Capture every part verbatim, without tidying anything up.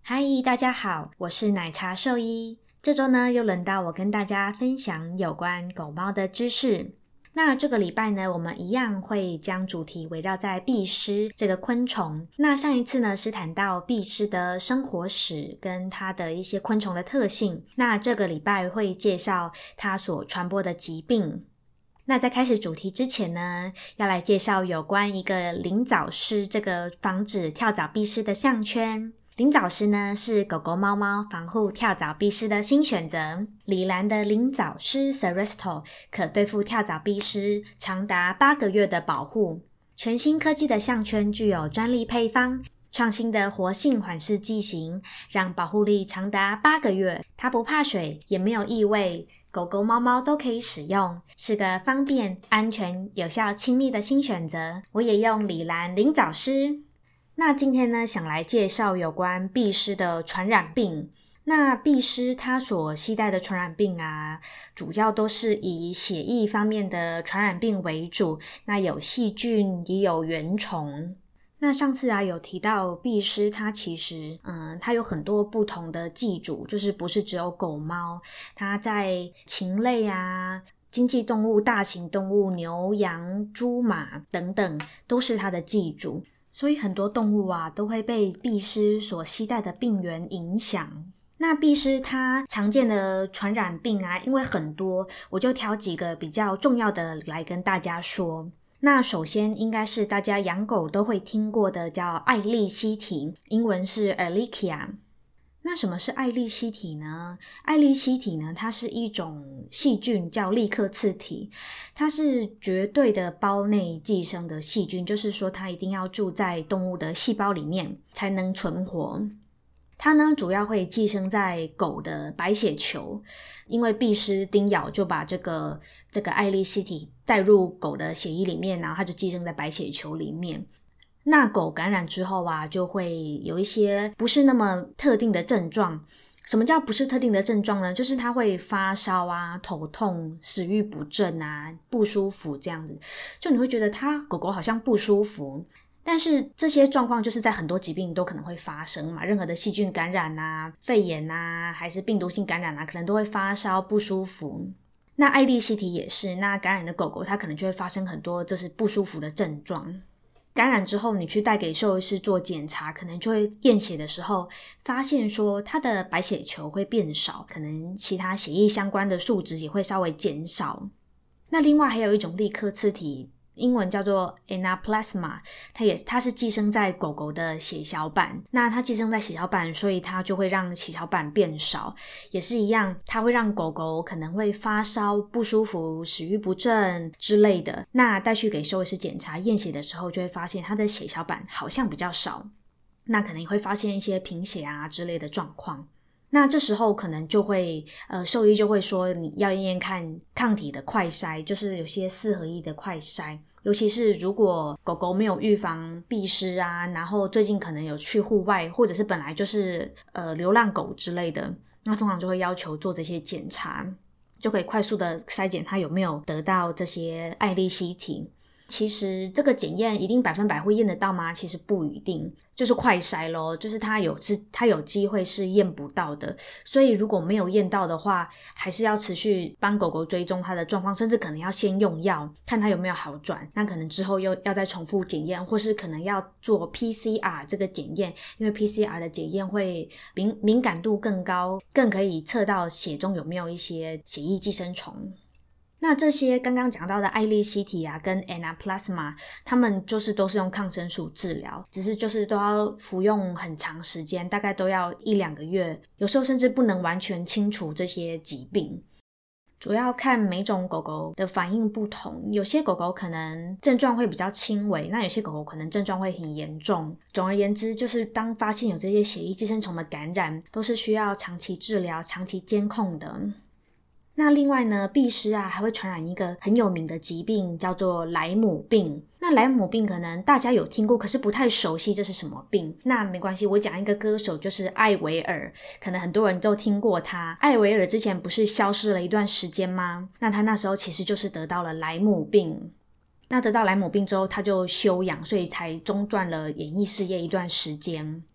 嗨，大家好，我是奶茶兽医。这周呢，又轮到我跟大家分享有关狗猫的知识。那这个礼拜呢，我们一样会将主题围绕在壁虱这个昆虫。那上一次呢，是谈到壁虱的生活史跟它的一些昆虫的特性。那这个礼拜会介绍它所传播的疾病。那在开始主题之前呢，要来介绍有关一个灵藻虱这个防止跳蚤壁虱的项圈。灵藻虱呢是狗狗猫猫防护跳蚤壁虱的新选择。里兰的灵藻虱 Seresto 可对付跳蚤壁虱长达八个月的保护。全新科技的项圈具有专利配方，创新的活性缓释剂型，让保护力长达八个月。它不怕水，也没有异味，狗狗猫猫都可以使用，是个方便、安全、有效、亲密的新选择。我也用里兰灵藻虱。那今天呢，想来介绍有关壁虱的传染病。那壁虱它所携带的传染病啊，主要都是以血液方面的传染病为主，那有细菌也有原虫。那上次啊有提到壁虱它其实嗯，它有很多不同的寄主，就是不是只有狗猫，它在禽类啊、经济动物、大型动物、牛羊猪马等等都是它的寄主。所以很多动物啊都会被壁虱所携带的病原影响。那壁虱它常见的传染病啊，因为很多，我就挑几个比较重要的来跟大家说。那首先应该是大家养狗都会听过的，叫艾利希体，英文是 Ehrlichia。那什么是艾利希体呢？艾利希体呢，它是一种细菌，叫利克次体，它是绝对的胞内寄生的细菌，就是说它一定要住在动物的细胞里面才能存活。它呢主要会寄生在狗的白血球，因为壁虱叮咬就把这个这个艾利希体带入狗的血液里面，然后它就寄生在白血球里面。那狗感染之后啊，就会有一些不是那么特定的症状。什么叫不是特定的症状呢？就是它会发烧啊、头痛、食欲不振啊、不舒服这样子。就你会觉得它狗狗好像不舒服，但是这些状况就是在很多疾病都可能会发生嘛，任何的细菌感染啊、肺炎啊，还是病毒性感染啊，可能都会发烧不舒服。那艾利希体也是，那感染的狗狗它可能就会发生很多就是不舒服的症状。感染之后你去带给兽医师做检查，可能就会验血的时候发现说它的白血球会变少，可能其他血液相关的数值也会稍微减少。那另外还有一种利克次体，英文叫做 Anaplasma， 它也它是寄生在狗狗的血小板。那它寄生在血小板，所以它就会让血小板变少，也是一样，它会让狗狗可能会发烧、不舒服、食欲不振之类的。那带去给兽医师检查验血的时候，就会发现它的血小板好像比较少，那可能也会发现一些贫血啊之类的状况。那这时候可能就会呃，兽医就会说你要验验看抗体的快筛，就是有些四合一的快筛，尤其是如果狗狗没有预防壁虱啊，然后最近可能有去户外，或者是本来就是呃流浪狗之类的，那通常就会要求做这些检查，就可以快速的筛检它有没有得到这些艾利希体。其实这个检验一定百分百会验得到吗？其实不一定，就是快筛咯，就是它有是它有机会是验不到的。所以如果没有验到的话，还是要持续帮狗狗追踪它的状况，甚至可能要先用药看它有没有好转，那可能之后又要再重复检验，或是可能要做 P C R 这个检验，因为 P C R 的检验会敏敏感度更高，更可以测到血中有没有一些血液寄生虫。那这些刚刚讲到的艾利希体啊跟 Anaplasma， 他们就是都是用抗生素治疗，只是就是都要服用很长时间，大概都要一两个月，有时候甚至不能完全清除这些疾病。主要看每种狗狗的反应不同，有些狗狗可能症状会比较轻微，那有些狗狗可能症状会很严重。总而言之，就是当发现有这些血液寄生虫的感染，都是需要长期治疗、长期监控的。那另外呢，壁虱啊还会传染一个很有名的疾病，叫做莱姆病。那莱姆病可能大家有听过，可是不太熟悉这是什么病。那没关系，我讲一个歌手，就是艾维尔，可能很多人都听过他。艾维尔之前不是消失了一段时间吗？那他那时候其实就是得到了莱姆病。那得到莱姆病之后，他就休养，所以才中断了演艺事业一段时间。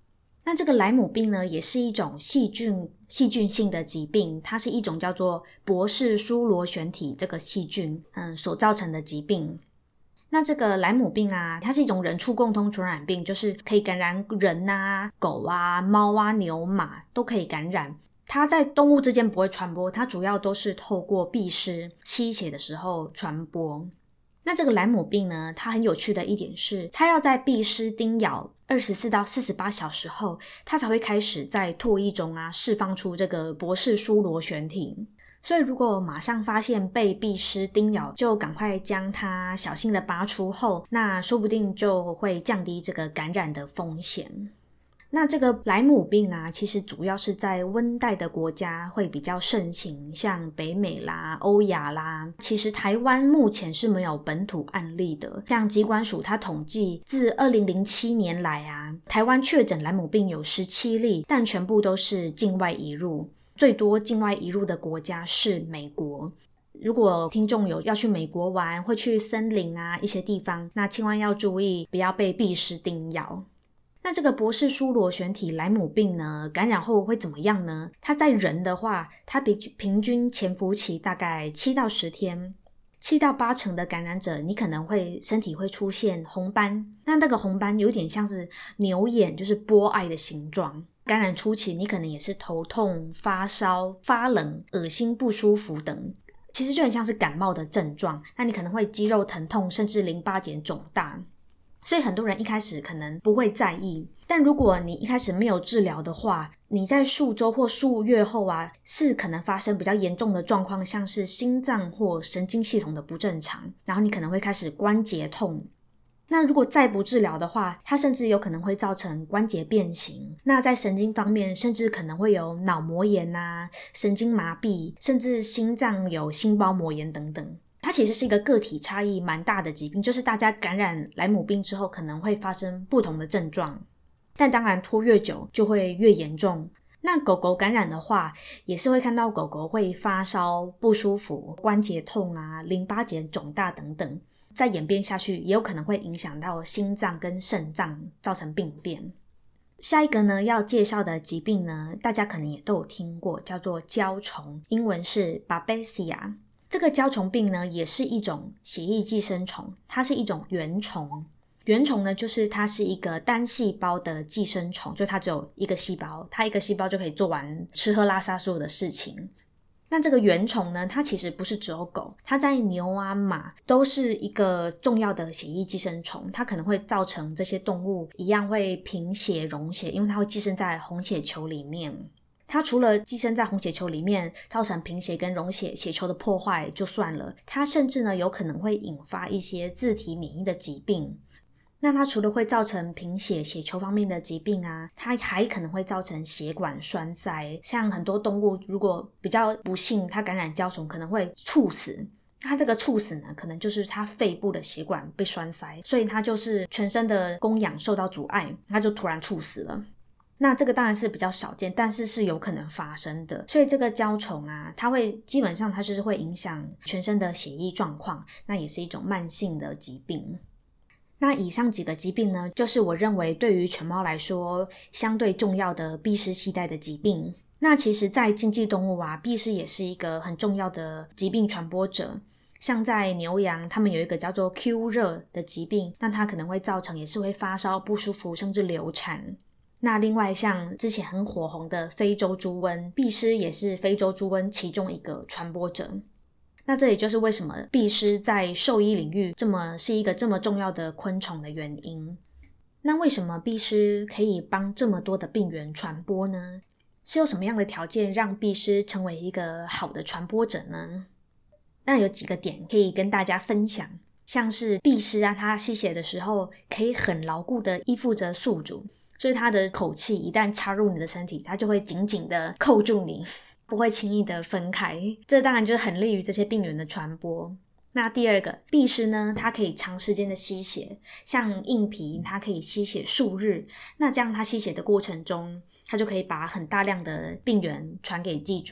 那这个莱姆病呢，也是一种细菌细菌性的疾病，它是一种叫做博氏苏螺旋体这个细菌嗯所造成的疾病。那这个莱姆病啊，它是一种人畜共通传染病，就是可以感染人啊、狗啊、猫啊、牛马都可以感染。它在动物之间不会传播，它主要都是透过壁虱吸血的时候传播。那这个莱姆病呢，它很有趣的一点是，它要在壁虱叮咬二十四到四十八小时后，它才会开始在唾液中啊释放出这个博氏苏螺旋体。所以如果马上发现被壁虱叮咬，就赶快将它小心的拔除后，那说不定就会降低这个感染的风险。那这个莱姆病啊，其实主要是在温带的国家会比较盛行，像北美啦、欧亚啦。其实台湾目前是没有本土案例的，像疾管署它统计自二零零七年来啊，台湾确诊莱姆病有十七例，但全部都是境外移入，最多境外移入的国家是美国。如果听众有要去美国玩，会去森林啊一些地方，那千万要注意不要被壁虱叮咬。那这个博氏苏螺旋体莱姆病呢，感染后会怎么样呢？它在人的话，它比平均潜伏期大概七到十天，七到八成的感染者，你可能会身体会出现红斑，那那个红斑有点像是牛眼，就是波爱的形状。感染初期，你可能也是头痛、发烧、发冷、恶心不舒服等，其实就很像是感冒的症状。那你可能会肌肉疼痛，甚至淋巴结肿大。所以很多人一开始可能不会在意，但如果你一开始没有治疗的话，你在数周或数月后啊，是可能发生比较严重的状况，像是心脏或神经系统的不正常，然后你可能会开始关节痛。那如果再不治疗的话，它甚至有可能会造成关节变形。那在神经方面，甚至可能会有脑膜炎啊、神经麻痹，甚至心脏有心包膜炎等等。它其实是一个个体差异蛮大的疾病，就是大家感染莱姆病之后可能会发生不同的症状，但当然拖越久就会越严重。那狗狗感染的话，也是会看到狗狗会发烧、不舒服、关节痛啊、淋巴结肿大等等，再演变下去也有可能会影响到心脏跟肾脏，造成病变。下一个呢要介绍的疾病呢，大家可能也都有听过，叫做焦虫，英文是 Babesia。这个焦虫病呢，也是一种血液寄生虫，它是一种原虫。原虫呢，就是它是一个单细胞的寄生虫，就它只有一个细胞，它一个细胞就可以做完吃喝拉撒所有的事情。那这个原虫呢，它其实不是只有狗，它在牛啊马都是一个重要的血液寄生虫，它可能会造成这些动物一样会贫血溶血，因为它会寄生在红血球里面。它除了寄生在红血球里面造成贫血跟溶血血球的破坏就算了，它甚至呢有可能会引发一些自体免疫的疾病。那它除了会造成贫血血球方面的疾病啊，它还可能会造成血管栓塞，像很多动物如果比较不幸它感染焦虫可能会猝死，它这个猝死呢可能就是它肺部的血管被栓塞，所以它就是全身的供氧受到阻碍，它就突然猝死了。那这个当然是比较少见，但是是有可能发生的。所以这个焦虫啊，它会基本上它就是会影响全身的血液状况，那也是一种慢性的疾病。那以上几个疾病呢，就是我认为对于犬猫来说相对重要的壁虱携带的疾病。那其实在经济动物啊，壁虱也是一个很重要的疾病传播者。像在牛羊，他们有一个叫做 Q 热的疾病，那它可能会造成也是会发烧不舒服，甚至流产。那另外像之前很火红的非洲猪瘟，壁虱也是非洲猪瘟其中一个传播者。那这也就是为什么壁虱在兽医领域这么是一个这么重要的昆虫的原因。那为什么壁虱可以帮这么多的病原传播呢？是有什么样的条件让壁虱成为一个好的传播者呢？那有几个点可以跟大家分享，像是壁虱啊，它吸血的时候可以很牢固的依附着宿主，所以它的口气一旦插入你的身体，它就会紧紧的扣住你，不会轻易的分开。这当然就是很利于这些病原的传播。那第二个，壁虱呢，它可以长时间的吸血，像硬皮它可以吸血数日，那这样它吸血的过程中，它就可以把很大量的病原传给寄主，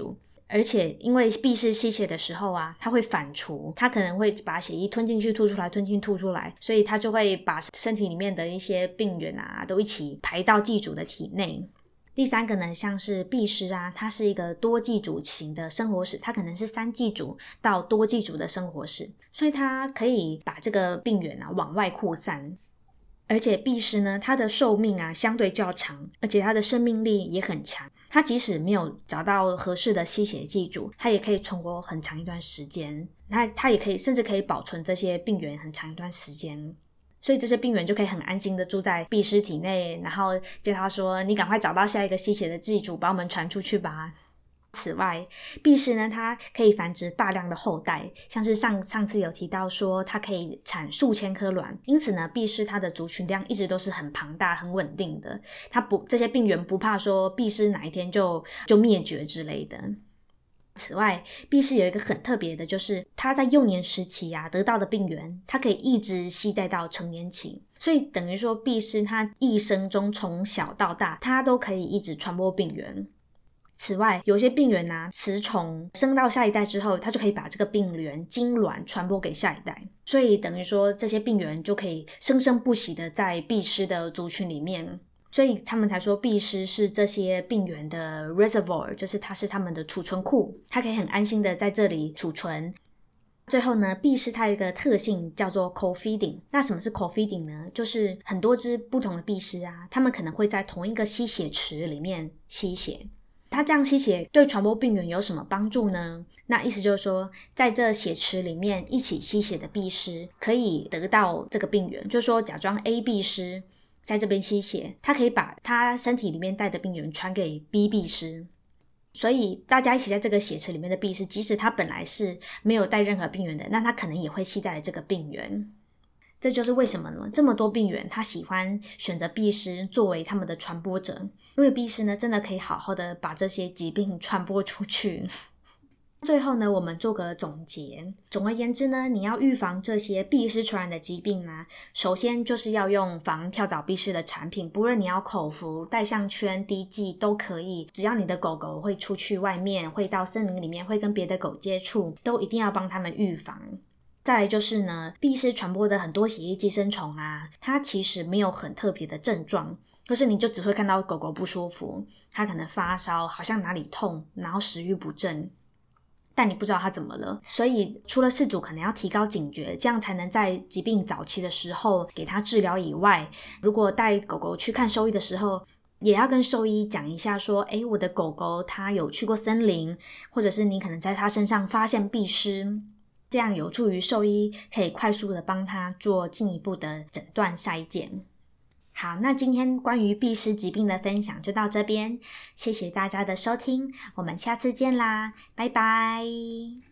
而且因为壁虱吸血的时候啊，它会反刍，它可能会把血液吞进去吐出来，吞进去吐出来，所以它就会把身体里面的一些病原啊都一起排到寄主的体内。第三个呢，像是壁虱啊，它是一个多寄主型的生活史，它可能是三寄主到多寄主的生活史，所以它可以把这个病原啊往外扩散。而且壁虱呢，它的寿命啊相对较长，而且它的生命力也很强。它即使没有找到合适的吸血寄主，它也可以存活很长一段时间。它它也可以甚至可以保存这些病原很长一段时间。所以这些病原就可以很安心的住在壁虱体内，然后叫他说：“你赶快找到下一个吸血的寄主，把我们传出去吧。”此外，壁虱呢，它可以繁殖大量的后代，像是上上次有提到说，它可以产数千颗卵，因此呢，壁虱它的族群量一直都是很庞大、很稳定的。它不，这些病原不怕说壁虱哪一天就就灭绝之类的。此外，壁虱有一个很特别的，就是它在幼年时期啊得到的病原，它可以一直携带到成年期，所以等于说壁虱它一生中从小到大，它都可以一直传播病原。此外，有些病原啊，雌虫生到下一代之后，它就可以把这个病原精卵传播给下一代，所以等于说这些病原就可以生生不息的在壁虱的族群里面。所以他们才说壁虱是这些病原的 reservoir， 就是它是他们的储存库，它可以很安心的在这里储存。最后呢，壁虱它有一个特性叫做 co-feeding。那什么是 co-feeding 呢？就是很多只不同的壁虱啊，它们可能会在同一个吸血池里面吸血。它这样吸血对传播病原有什么帮助呢？那意思就是说，在这血池里面一起吸血的壁虱可以得到这个病原，就是说假装 A 壁虱在这边吸血，它可以把它身体里面带的病原传给 B 壁虱，所以大家一起在这个血池里面的壁虱，即使它本来是没有带任何病原的，那它可能也会携带这个病原。这就是为什么呢？这么多病原它喜欢选择壁虱作为他们的传播者，因为壁虱呢真的可以好好的把这些疾病传播出去。最后呢，我们做个总结。总而言之呢，你要预防这些壁虱传染的疾病呢，首先就是要用防跳蚤壁虱的产品，不论你要口服、带项圈、滴剂都可以，只要你的狗狗会出去外面，会到森林里面，会跟别的狗接触，都一定要帮他们预防。再来就是呢，壁虱传播的很多血液寄生虫啊，它其实没有很特别的症状，就是你就只会看到狗狗不舒服，它可能发烧，好像哪里痛，然后食欲不振，但你不知道它怎么了。所以除了饲主可能要提高警觉，这样才能在疾病早期的时候给它治疗以外，如果带狗狗去看兽医的时候，也要跟兽医讲一下说，诶，我的狗狗它有去过森林，或者是你可能在它身上发现壁虱，这样有助于兽医可以快速的帮他做进一步的诊断筛检。好，那今天关于壁虱疾病的分享就到这边，谢谢大家的收听，我们下次见啦，拜拜。